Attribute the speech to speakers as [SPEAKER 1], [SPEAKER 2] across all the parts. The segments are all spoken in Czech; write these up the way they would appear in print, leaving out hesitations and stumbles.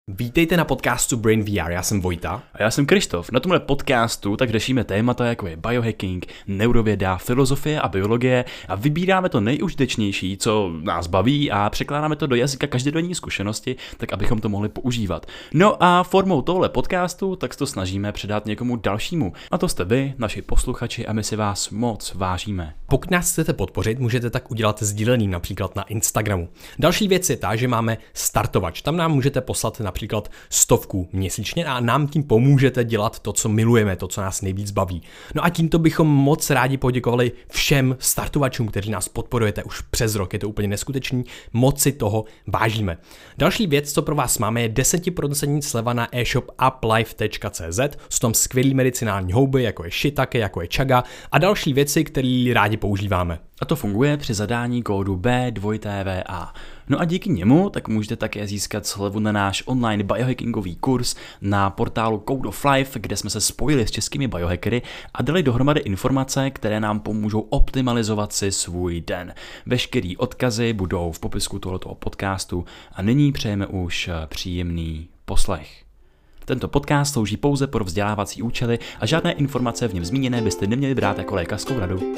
[SPEAKER 1] Vítejte na podcastu Brain VR, já jsem Vojta.
[SPEAKER 2] A já jsem Krištof. Na tomhle podcastu tak řešíme témata jako je biohacking, neurověda, filozofie a biologie a vybíráme to nejužitečnější, co nás baví a překládáme to do jazyka každodenní zkušenosti, tak abychom to mohli používat. No a formou tohle podcastu tak to snažíme předat někomu dalšímu. A to jste vy, naši posluchači, a my si vás moc vážíme.
[SPEAKER 1] Pokud nás chcete podpořit, můžete tak udělat sdílením například na Instagramu. Další věc je ta, že máme startovač. Tam nám můžete poslat například 100 měsíčně a nám tím pomůžete dělat to, co milujeme, to, co nás nejvíc baví. No a tímto bychom moc rádi poděkovali všem startovačům, kteří nás podporujete už přes rok. Je to úplně neskutečný, moc si toho vážíme. Další věc, co pro vás máme, je 10% sleva na e-shop uplife.cz. Jsou tam skvělý medicinální houby, jako je shiitake, jako je chaga a další věci, které rádi používáme.
[SPEAKER 2] A to funguje při zadání kódu B2TVA. No a díky němu tak můžete také získat slevu na náš online biohackingový kurz na portálu Code of Life, kde jsme se spojili s českými biohackery a dali dohromady informace, které nám pomůžou optimalizovat si svůj den. Veškerý odkazy budou v popisku tohoto podcastu a nyní přejeme už příjemný poslech. Tento podcast slouží pouze pro vzdělávací účely a žádné informace v něm zmíněné byste neměli brát jako lékařskou radu.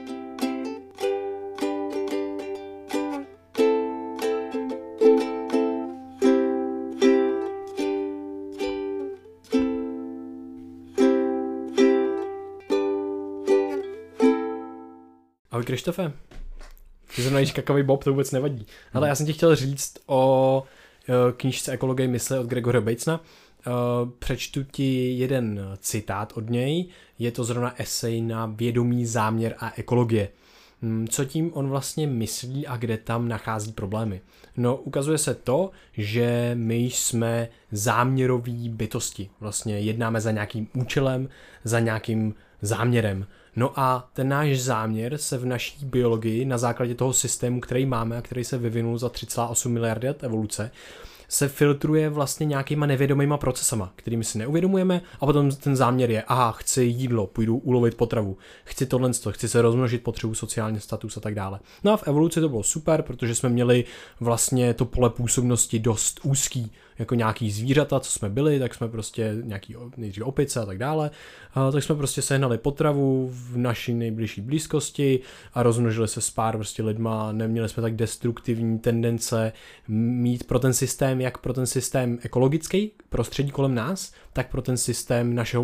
[SPEAKER 1] Ahoj Krištofe, ty zrovna jíš kakavý bob, to vůbec nevadí. Ale já jsem ti chtěl říct o knížce Ekologie mysli od Gregoryho Batesona. Přečtu ti jeden citát od něj, je to zrovna esej na vědomý záměr a ekologie. Co tím on vlastně myslí a kde tam nachází problémy? No, ukazuje se to, že my jsme záměroví bytosti. Vlastně jednáme za nějakým účelem, za nějakým záměrem. No a ten náš záměr se v naší biologii na základě toho systému, který máme a který se vyvinul za 3,8 miliardy let evoluce, se filtruje vlastně nějakýma nevědomýma procesama, kterými si neuvědomujeme a potom ten záměr je, aha, chci jídlo, půjdu ulovit potravu, chci tohle, chci se rozmnožit, potřebuji sociální status a tak dále. No a v evoluci to bylo super, protože jsme měli vlastně to pole působnosti dost úzký, jako nějaký zvířata, co jsme byli, tak jsme prostě nějaký nejdřív opice a tak dále, tak jsme prostě sehnali potravu v naší nejbližší blízkosti a rozmnožili se s pár prostě lidma, neměli jsme tak destruktivní tendence mít pro ten systém, jak pro ten systém ekologický, prostředí kolem nás, tak pro ten systém našeho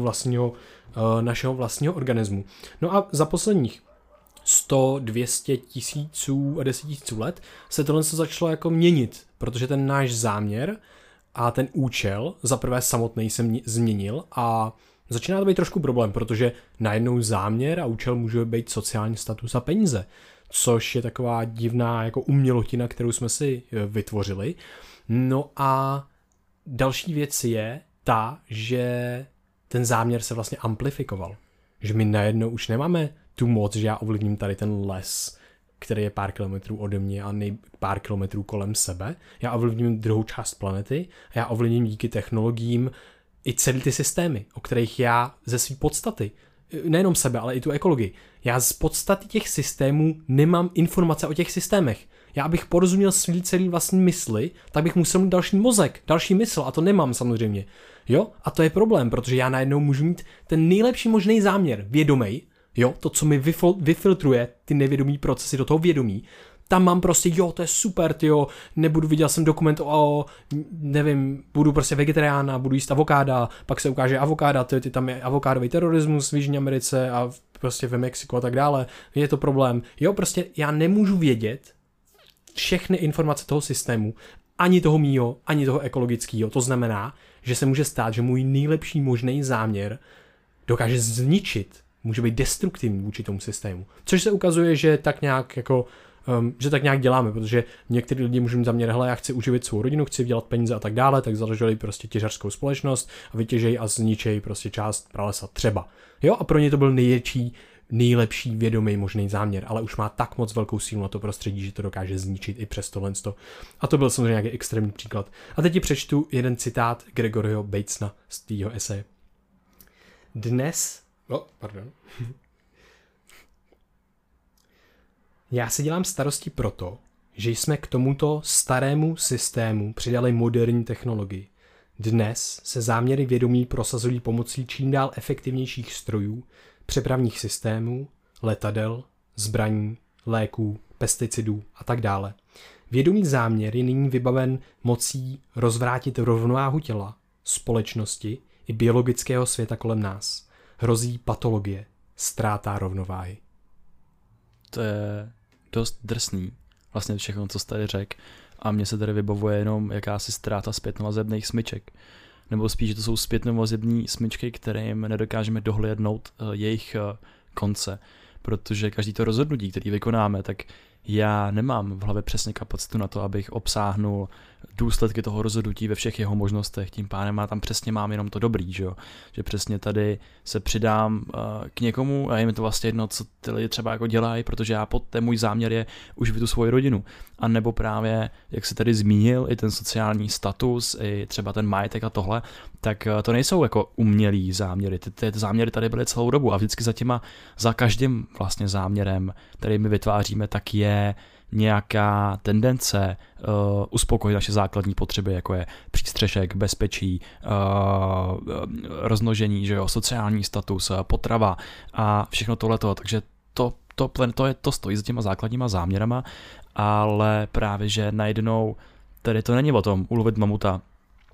[SPEAKER 1] vlastního organismu. No a za posledních 100, 200 tisíců a 10 000 let se tohle začalo jako měnit, protože ten náš záměr a ten účel za prvé samotný se změnil a začíná to být trošku problém, protože najednou záměr a účel může být sociální status a peníze, což je taková divná jako umělotina, kterou jsme si vytvořili. No a další věc je ta, že ten záměr se vlastně amplifikoval. Že my najednou už nemáme tu moc, že já ovlivním tady ten les, který je pár kilometrů ode mě a pár kilometrů kolem sebe. Já ovlivním druhou část planety a já ovlivním díky technologiím i celý ty systémy, o kterých já ze své podstaty, nejenom sebe, ale i tu ekologii, já z podstaty těch systémů nemám informace o těch systémech. Já abych porozuměl svý celý vlastní mysli, tak bych musel mít další mozek, další mysl a to nemám samozřejmě. Jo? A to je problém, protože já najednou můžu mít ten nejlepší možný záměr, vědomej, jo, to, co mi vyfiltruje ty nevědomý procesy do toho vědomí, tam mám prostě, jo, to je super, tyjo, viděl jsem dokument o, nevím, budu prostě vegetarián a budu jíst avokáda, pak se ukáže avokáda, tam je avokádový terorismus v Jižní Americe a prostě ve Mexiku a tak dále, je to problém. Jo, prostě já nemůžu vědět všechny informace toho systému, ani toho mýho, ani toho ekologického. To znamená, že se může stát, že můj nejlepší možný záměr dokáže zničit, může být destruktivní vůči tomu systému. Což se ukazuje, že tak nějak jako že tak nějak děláme, protože některý lidi můžou mít zaměr, hele, já chci uživit svou rodinu, chci vydělat peníze a tak dále, tak založili prostě těžařskou společnost a vytěžejí a zničejí prostě část pralesa třeba. Jo, a pro ně to byl nejlepší vědomý možný záměr, ale už má tak moc velkou sílu na to prostředí, že to dokáže zničit i přes tohle. A to byl samozřejmě nějaký extrémní příklad. A teď ti přečtu jeden citát Gregoryho Batesona z tého eseje. Já si dělám starosti proto, že jsme k tomuto starému systému přidali moderní technologii. Dnes se záměry vědomí prosazují pomocí čím dál efektivnějších strojů, přepravních systémů, letadel, zbraní, léků, pesticidů a tak dále. Vědomý záměr je nyní vybaven mocí rozvrátit rovnováhu těla, společnosti i biologického světa kolem nás. Hrozí patologie, ztráta rovnováhy.
[SPEAKER 2] To je dost drsný, vlastně všechno, co jsi tady řekl. A mně se tady vybavuje jenom jakási ztráta zpětnovazebných smyček. Nebo spíš, že to jsou zpětnovazební smyčky, kterým nedokážeme dohlédnout jejich konce. Protože každý to rozhodnutí, který vykonáme, tak já nemám v hlavě přesně kapacitu na to, abych obsáhnul důsledky toho rozhodnutí ve všech jeho možnostech. Tím pádem tam přesně mám jenom to dobrý, že přesně tady se přidám k někomu a je mi to vlastně jedno, co ty lidi třeba jako dělají, protože já ten můj záměr je uživit tu svoji rodinu. A nebo právě, jak se tady zmínil, i ten sociální status, i třeba ten majetek a tohle, tak to nejsou jako umělý záměry. Ty záměry tady byly celou dobu a vždycky za každým vlastně záměrem, který my vytváříme, tak je nějaká tendence uspokojit naše základní potřeby, jako je přístřešek, bezpečí, rozmnožení, že jo, sociální status, potrava a všechno tohleto. Takže to stojí za těma základníma záměrama, ale právě, že najednou tady to není o tom ulovit mamuta,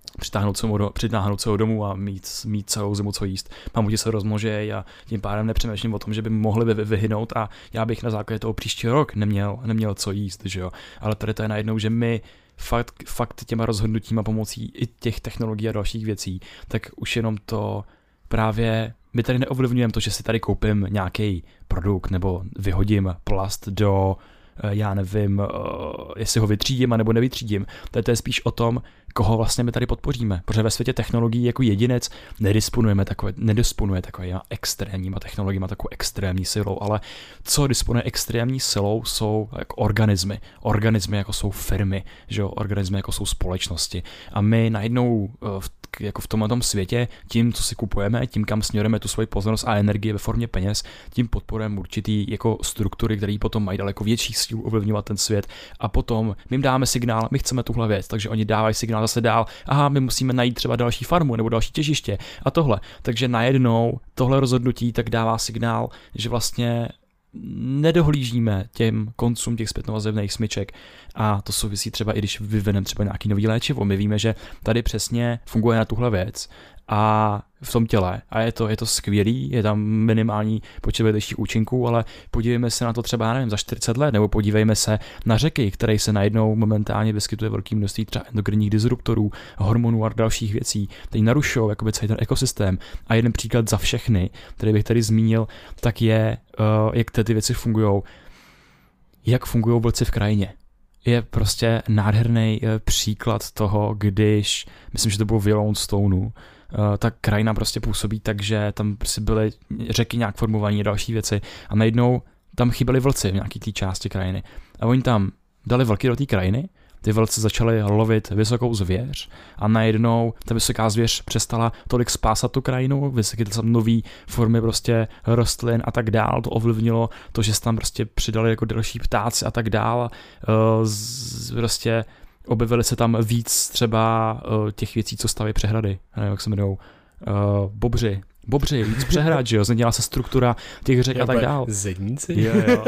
[SPEAKER 2] přitáhnout se ho domů a mít celou zimu co jíst. Mamuti se rozmnožejí a tím pádem nepřemýšlím o tom, že by mohli vyhynout a já bych na základě toho příští rok neměl co jíst, že jo. Ale tady to je najednou, že my fakt těma rozhodnutíma pomocí i těch technologií a dalších věcí, tak už jenom to právě my tady neovlivňujeme to, že si tady koupím nějaký produkt nebo vyhodím plast do já nevím, jestli ho vytřídím a nebo nevytřídím. To je spíš o tom, koho vlastně my tady podpoříme. Protože ve světě technologií jako jedinec nedisponuje takovými extrémníma technologiemi, takovou extrémní silou, ale co disponuje extrémní silou, jsou jako organismy. Organismy jako jsou firmy, že jo? Organismy jako jsou společnosti. A my najednou jako v tomhle světě, tím, co si kupujeme, tím, kam směrujeme tu svoji pozornost a energii ve formě peněz, tím podporujeme určitý jako struktury, které potom mají daleko větší sílu ovlivňovat ten svět. A potom my jim dáme signál, my chceme tuhle věc, takže oni dávají signál zase dál, aha, my musíme najít třeba další farmu nebo další těžiště a tohle. Takže najednou tohle rozhodnutí tak dává signál, že vlastně nedohlížíme těm koncům těch zpětnovazebných smyček a to souvisí třeba i když vyvineme třeba nějaký nový léčivo. My víme, že tady přesně funguje na tuhle věc a v tom těle a je to skvělý, je tam minimální počet vedlejších účinků, ale podívejme se na to třeba, nevím, za 40 let, nebo podívejme se na řeky, které se najednou momentálně vyskytuje velké množství třeba endokrinních disruptorů, hormonů a dalších věcí, které narušují jakoby celý ten ekosystém. A jeden příklad za všechny, který bych tady zmínil, tak je, jak ty věci fungují, jak fungují vlci v krajině. Je prostě nádherný příklad toho, když, myslím, že to bylo v Yellowstoneu, ta krajina prostě působí tak, že tam prostě byly řeky nějak formované a další věci a najednou tam chyběly vlci v nějaké té části krajiny. A oni tam dali vlky do té krajiny, ty vlci začaly lovit vysokou zvěř a najednou ta vysoká zvěř přestala tolik spásat tu krajinu, vyskytly tam nový formy prostě rostlin a tak dál, to ovlivnilo to, že se tam prostě přidali jako další ptáci a tak dál, prostě objevily se tam víc třeba těch věcí, co staví přehrady, nevím, jak se jmenují, bobři, víc přehrad, že jo, změnila se struktura těch řek a tak dál.
[SPEAKER 1] Zedníci?
[SPEAKER 2] Jo.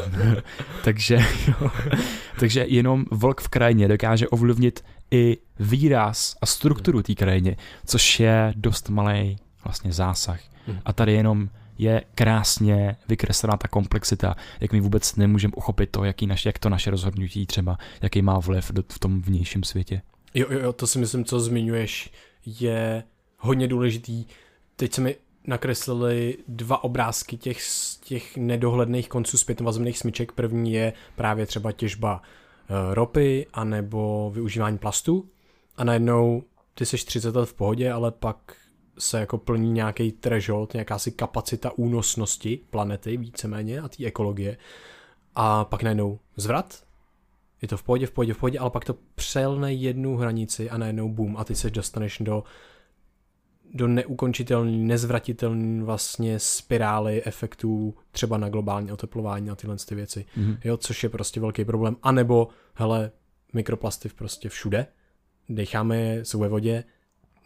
[SPEAKER 2] Takže jenom vlk v krajině dokáže ovlivnit i výraz a strukturu té krajině, což je dost malý vlastně zásah. A tady jenom je krásně vykreslená ta komplexita, jak my vůbec nemůžeme uchopit to, jak to naše rozhodnutí třeba, jaký má vliv v tom vnějším světě.
[SPEAKER 1] Jo, to si myslím, co zmiňuješ, je hodně důležitý. Teď se mi nakreslili 2 obrázky těch nedohledných konců zpětnovazebných smyček. První je právě třeba těžba ropy anebo využívání plastu a najednou ty seš 30 let v pohodě, ale pak se jako plní nějaký threshold, nějaká kapacita únosnosti planety víceméně a té ekologie a pak najednou zvrat, je to v pohodě, ale pak to přelne jednu hranici a najednou boom a ty se dostaneš do neukončitelný, nezvratitelný vlastně spirály efektů třeba na globální oteplování a tyhle ty věci. Jo, což je prostě velký problém. A nebo, hele, mikroplasty prostě všude, decháme je, jsou ve vodě,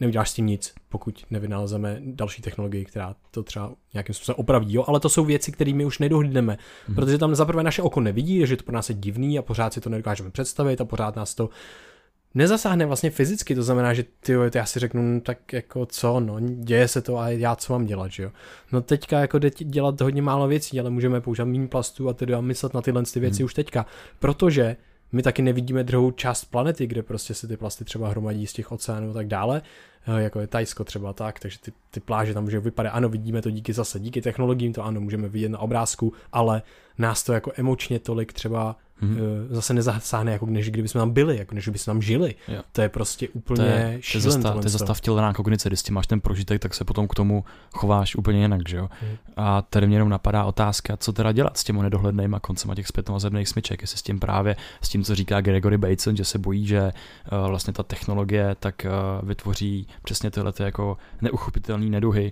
[SPEAKER 1] neuděláš s tím nic, pokud nevynalezeme další technologii, která to třeba nějakým způsobem opraví. Jo? Ale to jsou věci, které my už nedohlídneme, protože tam zaprvé naše oko nevidí, že to pro nás je divný a pořád si to nedokážeme představit a pořád nás to nezasáhne vlastně fyzicky, to znamená, že to já si řeknu, tak jako co, no, děje se to a já co mám dělat, že jo. No teďka jako jde dělat hodně málo věcí, ale můžeme používat méně plastů a tedy myslet na tyhle věci už teďka, protože my taky nevidíme druhou část planety, kde prostě se ty plasty třeba hromadí z těch oceánů a tak dále, jako je Thajsko třeba tak, takže ty pláže tam můžou vypadat, ano, vidíme to díky technologiím, to ano, můžeme vidět na obrázku, ale nás to jako emočně tolik třeba zase nezasáhne, jako než kdybychom tam byli, jako než bychom tam žili. Jo. To je prostě úplně šílené.
[SPEAKER 2] To je zastavtělená kognice, když máš ten prožitek, tak se potom k tomu chováš úplně jinak, že jo. A tady mě jenom napadá otázka, co teda dělat s těmi nedohlednýma koncema těch zpětnovazebných smyček, jestli s tím právě, s tím, co říká Gregory Bateson, že se bojí, že vlastně ta technologie tak vytvoří přesně tyhle jako neuchopitelné neduhy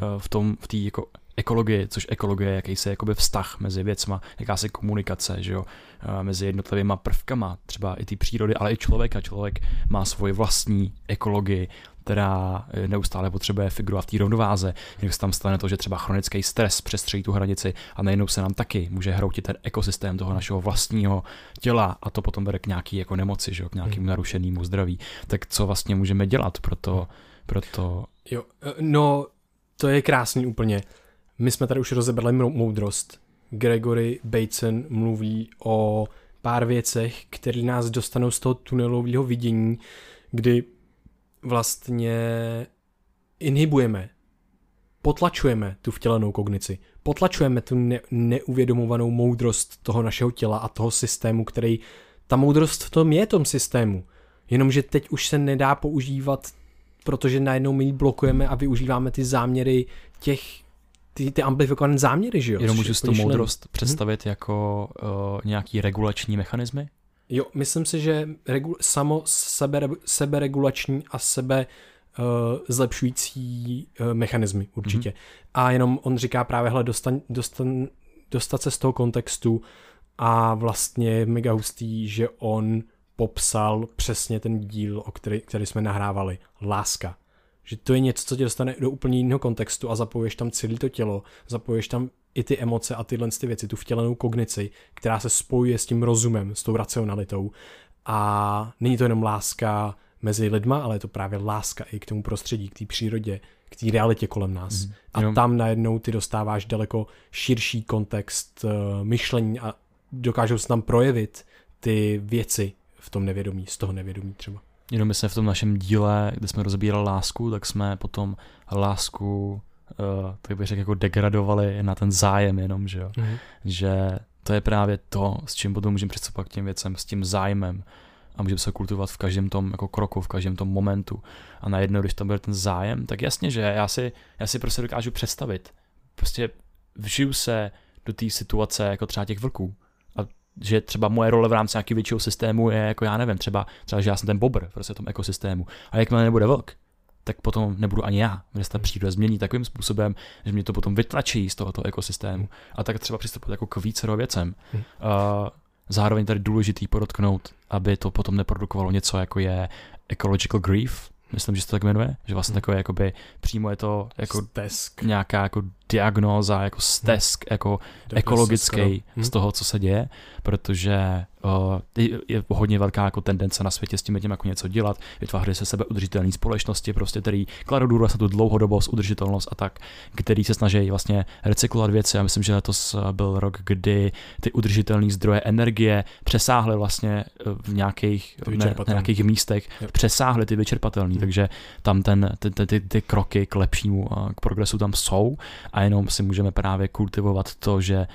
[SPEAKER 2] v té jako ekologii, což ekologie je jakýsi jakoby vztah mezi věcma, jakási komunikace, že jo, mezi jednotlivýma prvkama, třeba i té přírody, ale i člověka. Člověk má svoji vlastní ekologii, která neustále potřebuje figurovat v té rovnováze. Jinak se tam stane to, že třeba chronický stres přestřelí tu hranici a najednou se nám taky může hroutit ten ekosystém toho našeho vlastního těla a to potom vede k nějaký jako nemoci, že jo, k nějakému narušenému zdraví. Tak co vlastně můžeme dělat pro to?
[SPEAKER 1] Jo, no to je krásný úplně. My jsme tady už rozebrali moudrost. Gregory Bateson mluví o pár věcech, které nás dostanou z toho tunelového vidění, kdy vlastně inhibujeme, potlačujeme tu vtělenou kognici, potlačujeme tu neuvědomovanou moudrost toho našeho těla a toho systému, který, ta moudrost v tom je tom systému, jenomže teď už se nedá používat, protože najednou my ji blokujeme a využíváme ty záměry ty amplifikované záměry, že jo?
[SPEAKER 2] Jenom můžu si tu moudrost představit jako nějaký regulační mechanismy?
[SPEAKER 1] Jo, myslím si, že seberegulační a zlepšující mechanismy určitě. A jenom on říká právě, hele, dostat se z toho kontextu a vlastně je mega hustý, že on popsal přesně ten díl, který jsme nahrávali. Láska. Že to je něco, co tě dostane do úplně jiného kontextu a zapojuješ tam celé to tělo, zapojuješ tam i ty emoce a tyhle ty věci, tu vtělenou kognici, která se spojuje s tím rozumem, s tou racionalitou. A není to jenom láska mezi lidma, ale je to právě láska i k tomu prostředí, k té přírodě, k té realitě kolem nás. A tam najednou ty dostáváš daleko širší kontext myšlení a dokážou se tam projevit ty věci v tom nevědomí, z toho nevědomí třeba.
[SPEAKER 2] Jenom my jsme v tom našem díle, kde jsme rozebírali lásku, tak jsme potom lásku, tak bych řekl, jako degradovali na ten zájem jenom, že jo. Že to je právě to, s čím potom můžeme přistupovat k těm věcem, s tím zájmem a můžeme se kultivovat v každém tom jako kroku, v každém tom momentu. A najednou, když tam byl ten zájem, tak jasně, že já si prostě dokážu představit. Prostě vžiju se do té situace jako třeba těch vlků. Že třeba moje role v rámci nějakého většího systému je jako já nevím, třeba že já jsem ten bobr prostě v tom ekosystému. A jakmile nebude vlk, tak potom nebudu ani já. Protože se ta příroda změní takovým způsobem, že mě to potom vytlačí z tohoto ekosystému. A tak třeba přistupovat jako k vícero věcem. Zároveň tady důležitý podotknout, aby to potom neprodukovalo něco jako je ecological grief. Myslím, že se to tak jmenuje, že vlastně takové jakoby přímo je to jako
[SPEAKER 1] stesk.
[SPEAKER 2] Nějaká jako diagnóza, jako stesk, jako ekologický z toho, co se děje, protože je hodně velká jako tendence na světě s tím jako něco dělat, vytváří se sebeudržitelné společnosti, prostě, který kladou důraz na tu dlouhodobost, udržitelnost a tak, který se snaží vlastně recyklovat věci. Já myslím, že letos byl rok, kdy ty udržitelné zdroje energie přesáhly vlastně v nějakých místech, přesáhly ty vyčerpatelné, takže tam ty kroky k lepšímu, k progresu tam jsou a jenom si můžeme právě kultivovat to, že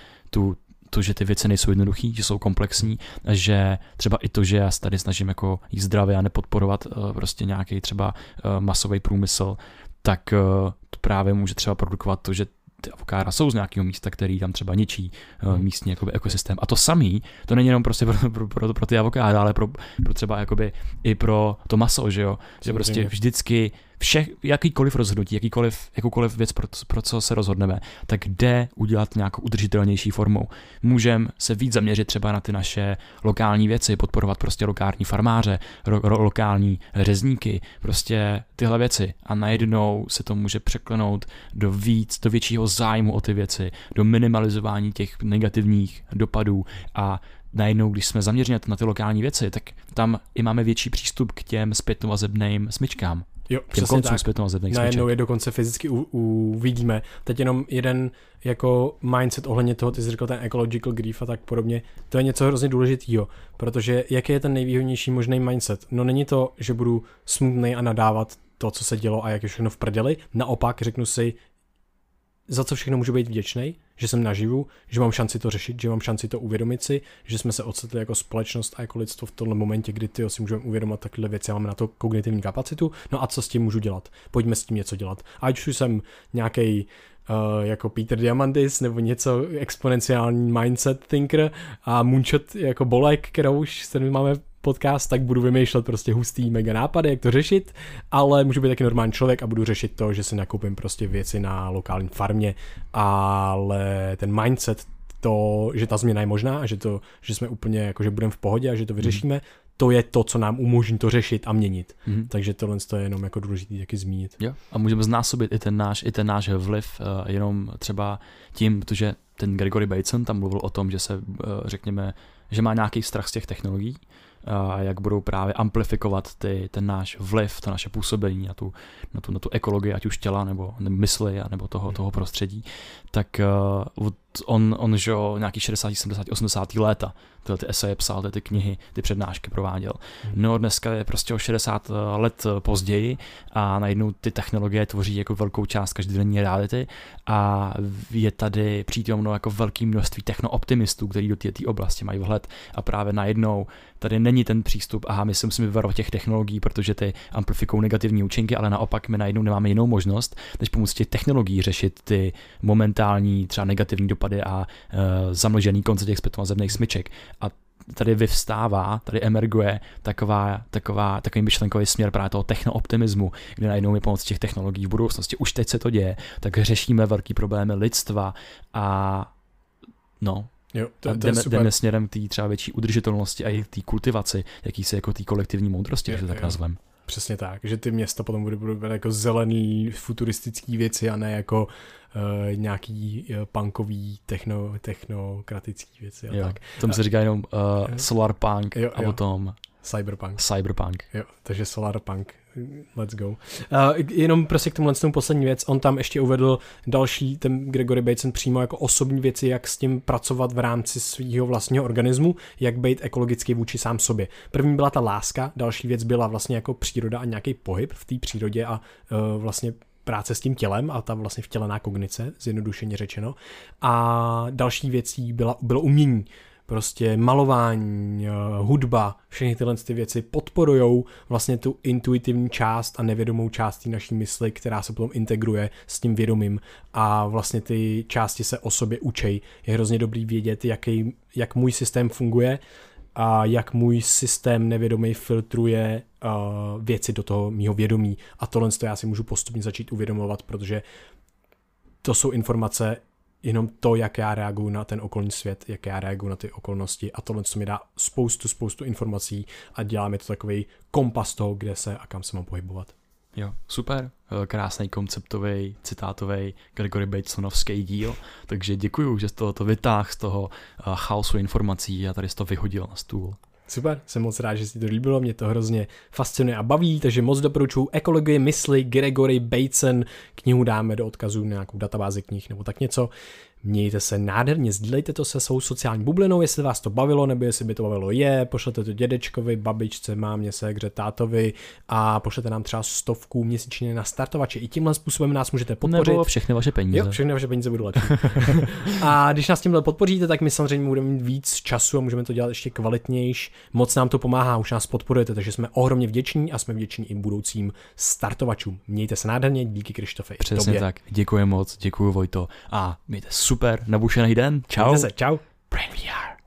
[SPEAKER 2] že ty věci nejsou jednoduchý, že jsou komplexní, že třeba i to, že já se tady snažím jako jíst zdravě a nepodporovat prostě nějaký třeba masový průmysl, tak to právě může třeba produkovat to, že ty avokáda jsou z nějakého místa, který tam třeba ničí místní jakoby ekosystém. A to samý, to není jenom prostě pro ty avokáda, ale pro třeba jakoby i pro to maso, že jo, že prostě vždycky jakýkoliv rozhodnutí, jakoukoliv věc, pro co se rozhodneme, tak jde udělat nějakou udržitelnější formou. Můžeme se víc zaměřit třeba na ty naše lokální věci, podporovat prostě lokální farmáře, lokální řezníky, prostě tyhle věci. A najednou se to může překlenout do většího zájmu o ty věci, do minimalizování těch negativních dopadů a najednou, když jsme zaměřeni na ty lokální věci, tak tam i máme větší přístup k těm zpětnovazebným smyčkám.
[SPEAKER 1] Jo, přesně tak. Najednou je dokonce fyzicky uvidíme. Teď jenom jeden jako mindset ohledně toho, ty jsi řekl ten ecological grief a tak podobně, to je něco hrozně důležitého, protože jaký je ten nejvýhodnější možný mindset? No není to, že budu smutnej a nadávat to, co se dělo a jak je všechno v prdeli, naopak řeknu si, za co všechno můžu být vděčný, že jsem naživu, že mám šanci to řešit, že mám šanci to uvědomit si, že jsme se ocitli jako společnost a jako lidstvo v tomhle momentě, kdy si můžeme uvědomit takhle věci, máme na to kognitivní kapacitu, no a co s tím můžu dělat? Pojďme s tím něco dělat. Ať už jsem nějaký jako Peter Diamandis nebo něco exponenciální mindset thinker a moonshot jako Bolek, kterou už s kterým máme podcast, tak budu vymýšlet prostě hustý mega nápady, jak to řešit, ale můžu být taky normální člověk a budu řešit to, že si nakoupím prostě věci na lokální farmě, ale ten mindset, to, že ta změna je možná a že jsme úplně jako, že budeme v pohodě a že to vyřešíme, to je to, co nám umožní to řešit a měnit. Takže tohle je jenom jako důležitý taky zmínit.
[SPEAKER 2] Jo. A můžeme znásobit i ten náš vliv jenom třeba tím, protože ten Gregory Bateson tam mluvil o tom, že se řekněme, že má nějaký strach z těch technologií, a jak budou právě amplifikovat ten náš vliv, to naše působení na tu ekologii, ať už těla nebo mysli nebo toho prostředí, tak on že nějaký 60, 70, 80 léta ty eseje psal, ty knihy, ty přednášky prováděl. No dneska je prostě o 60 let později a najednou ty technologie tvoří jako velkou část každodenní reality a je tady přítomno jako velké množství technooptimistů, kteří do té oblasti mají vhled a právě najednou tady není ten přístup, my si musíme vyvarovat těch technologií, protože ty amplifikují negativní účinky, ale naopak my najednou nemáme jinou možnost, než pomocí těch technologií řešit ty momentální třeba negativní dopady a zamlžený konce těch zpětnovazebných smyček. A tady vyvstává, tady emerguje takový myšlenkový směr právě toho technooptimismu, kde najednou my pomocí těch technologií v budoucnosti, už teď se to děje, tak řešíme velký problémy lidstva a jdeme směrem té třeba větší udržitelnosti a i té kultivaci, jakýsi jako té kolektivní moudrosti, že to tak nazvem.
[SPEAKER 1] Přesně tak, že ty města potom budou jako zelený, futuristický věci a ne jako nějaký punkový, technokratický věci. A tak.
[SPEAKER 2] Tomu se říká jenom solar punk a potom cyberpunk.
[SPEAKER 1] Jo, takže solar punk. Let's go. Jenom prostě k tomu poslední věc, on tam ještě uvedl další, ten Gregory Bateson přímo jako osobní věci, jak s tím pracovat v rámci svého vlastního organismu, jak být ekologicky vůči sám sobě. První byla ta láska, další věc byla vlastně jako příroda a nějaký pohyb v té přírodě a vlastně práce s tím tělem a ta vlastně vtělená kognice, zjednodušeně řečeno. A další věcí bylo umění. Prostě malování, hudba, všechny tyhle ty věci podporujou vlastně tu intuitivní část a nevědomou část naší mysli, která se potom integruje s tím vědomím a vlastně ty části se o sobě učej. Je hrozně dobrý vědět, jak můj systém funguje a jak můj systém nevědomý filtruje věci do toho mýho vědomí. A tohle já si můžu postupně začít uvědomovat, protože to jsou informace, jenom to, jak já reaguju na ten okolní svět, jak já reaguju na ty okolnosti a tohle mi dá spoustu informací a dělá mi to takový kompas toho, kde se a kam se mám pohybovat.
[SPEAKER 2] Jo, super, krásný konceptový, citátový Gregory Batesonovský díl, takže děkuju, že jsi to vytáhl z toho chaosu informací a tady jsi to vyhodil na stůl.
[SPEAKER 1] Super, jsem moc rád, že si to líbilo, mě to hrozně fascinuje a baví, takže moc doporučuji Ekologie mysli, Gregory Bateson, knihu dáme do odkazu na nějakou databázi knih nebo tak něco. Mějte se nádherně, sdílejte to se svou sociální bublinou, jestli vás to bavilo, nebo jestli by to bavilo pošlete to dědečkovi, babičce, mámě, ségře, tátovi a pošlete nám třeba 100 měsíčně na startovače. I tímhle způsobem nás můžete podpořit.
[SPEAKER 2] Nebo všechny vaše peníze.
[SPEAKER 1] Jo, všechny vaše peníze budou lepší. A když nás tímhle podpoříte, tak my samozřejmě budeme mít víc času a můžeme to dělat ještě kvalitnější. Moc nám to pomáhá, už nás podporujete, takže jsme ohromně vděční a jsme vděční i budoucím startovačům. Mějte se nádherně, díky Krištofe.
[SPEAKER 2] Přesně tak. Děkuji moc, děkuji Vojto a mějte super nabušený den. Čau.
[SPEAKER 1] Čau.
[SPEAKER 2] Brain VR.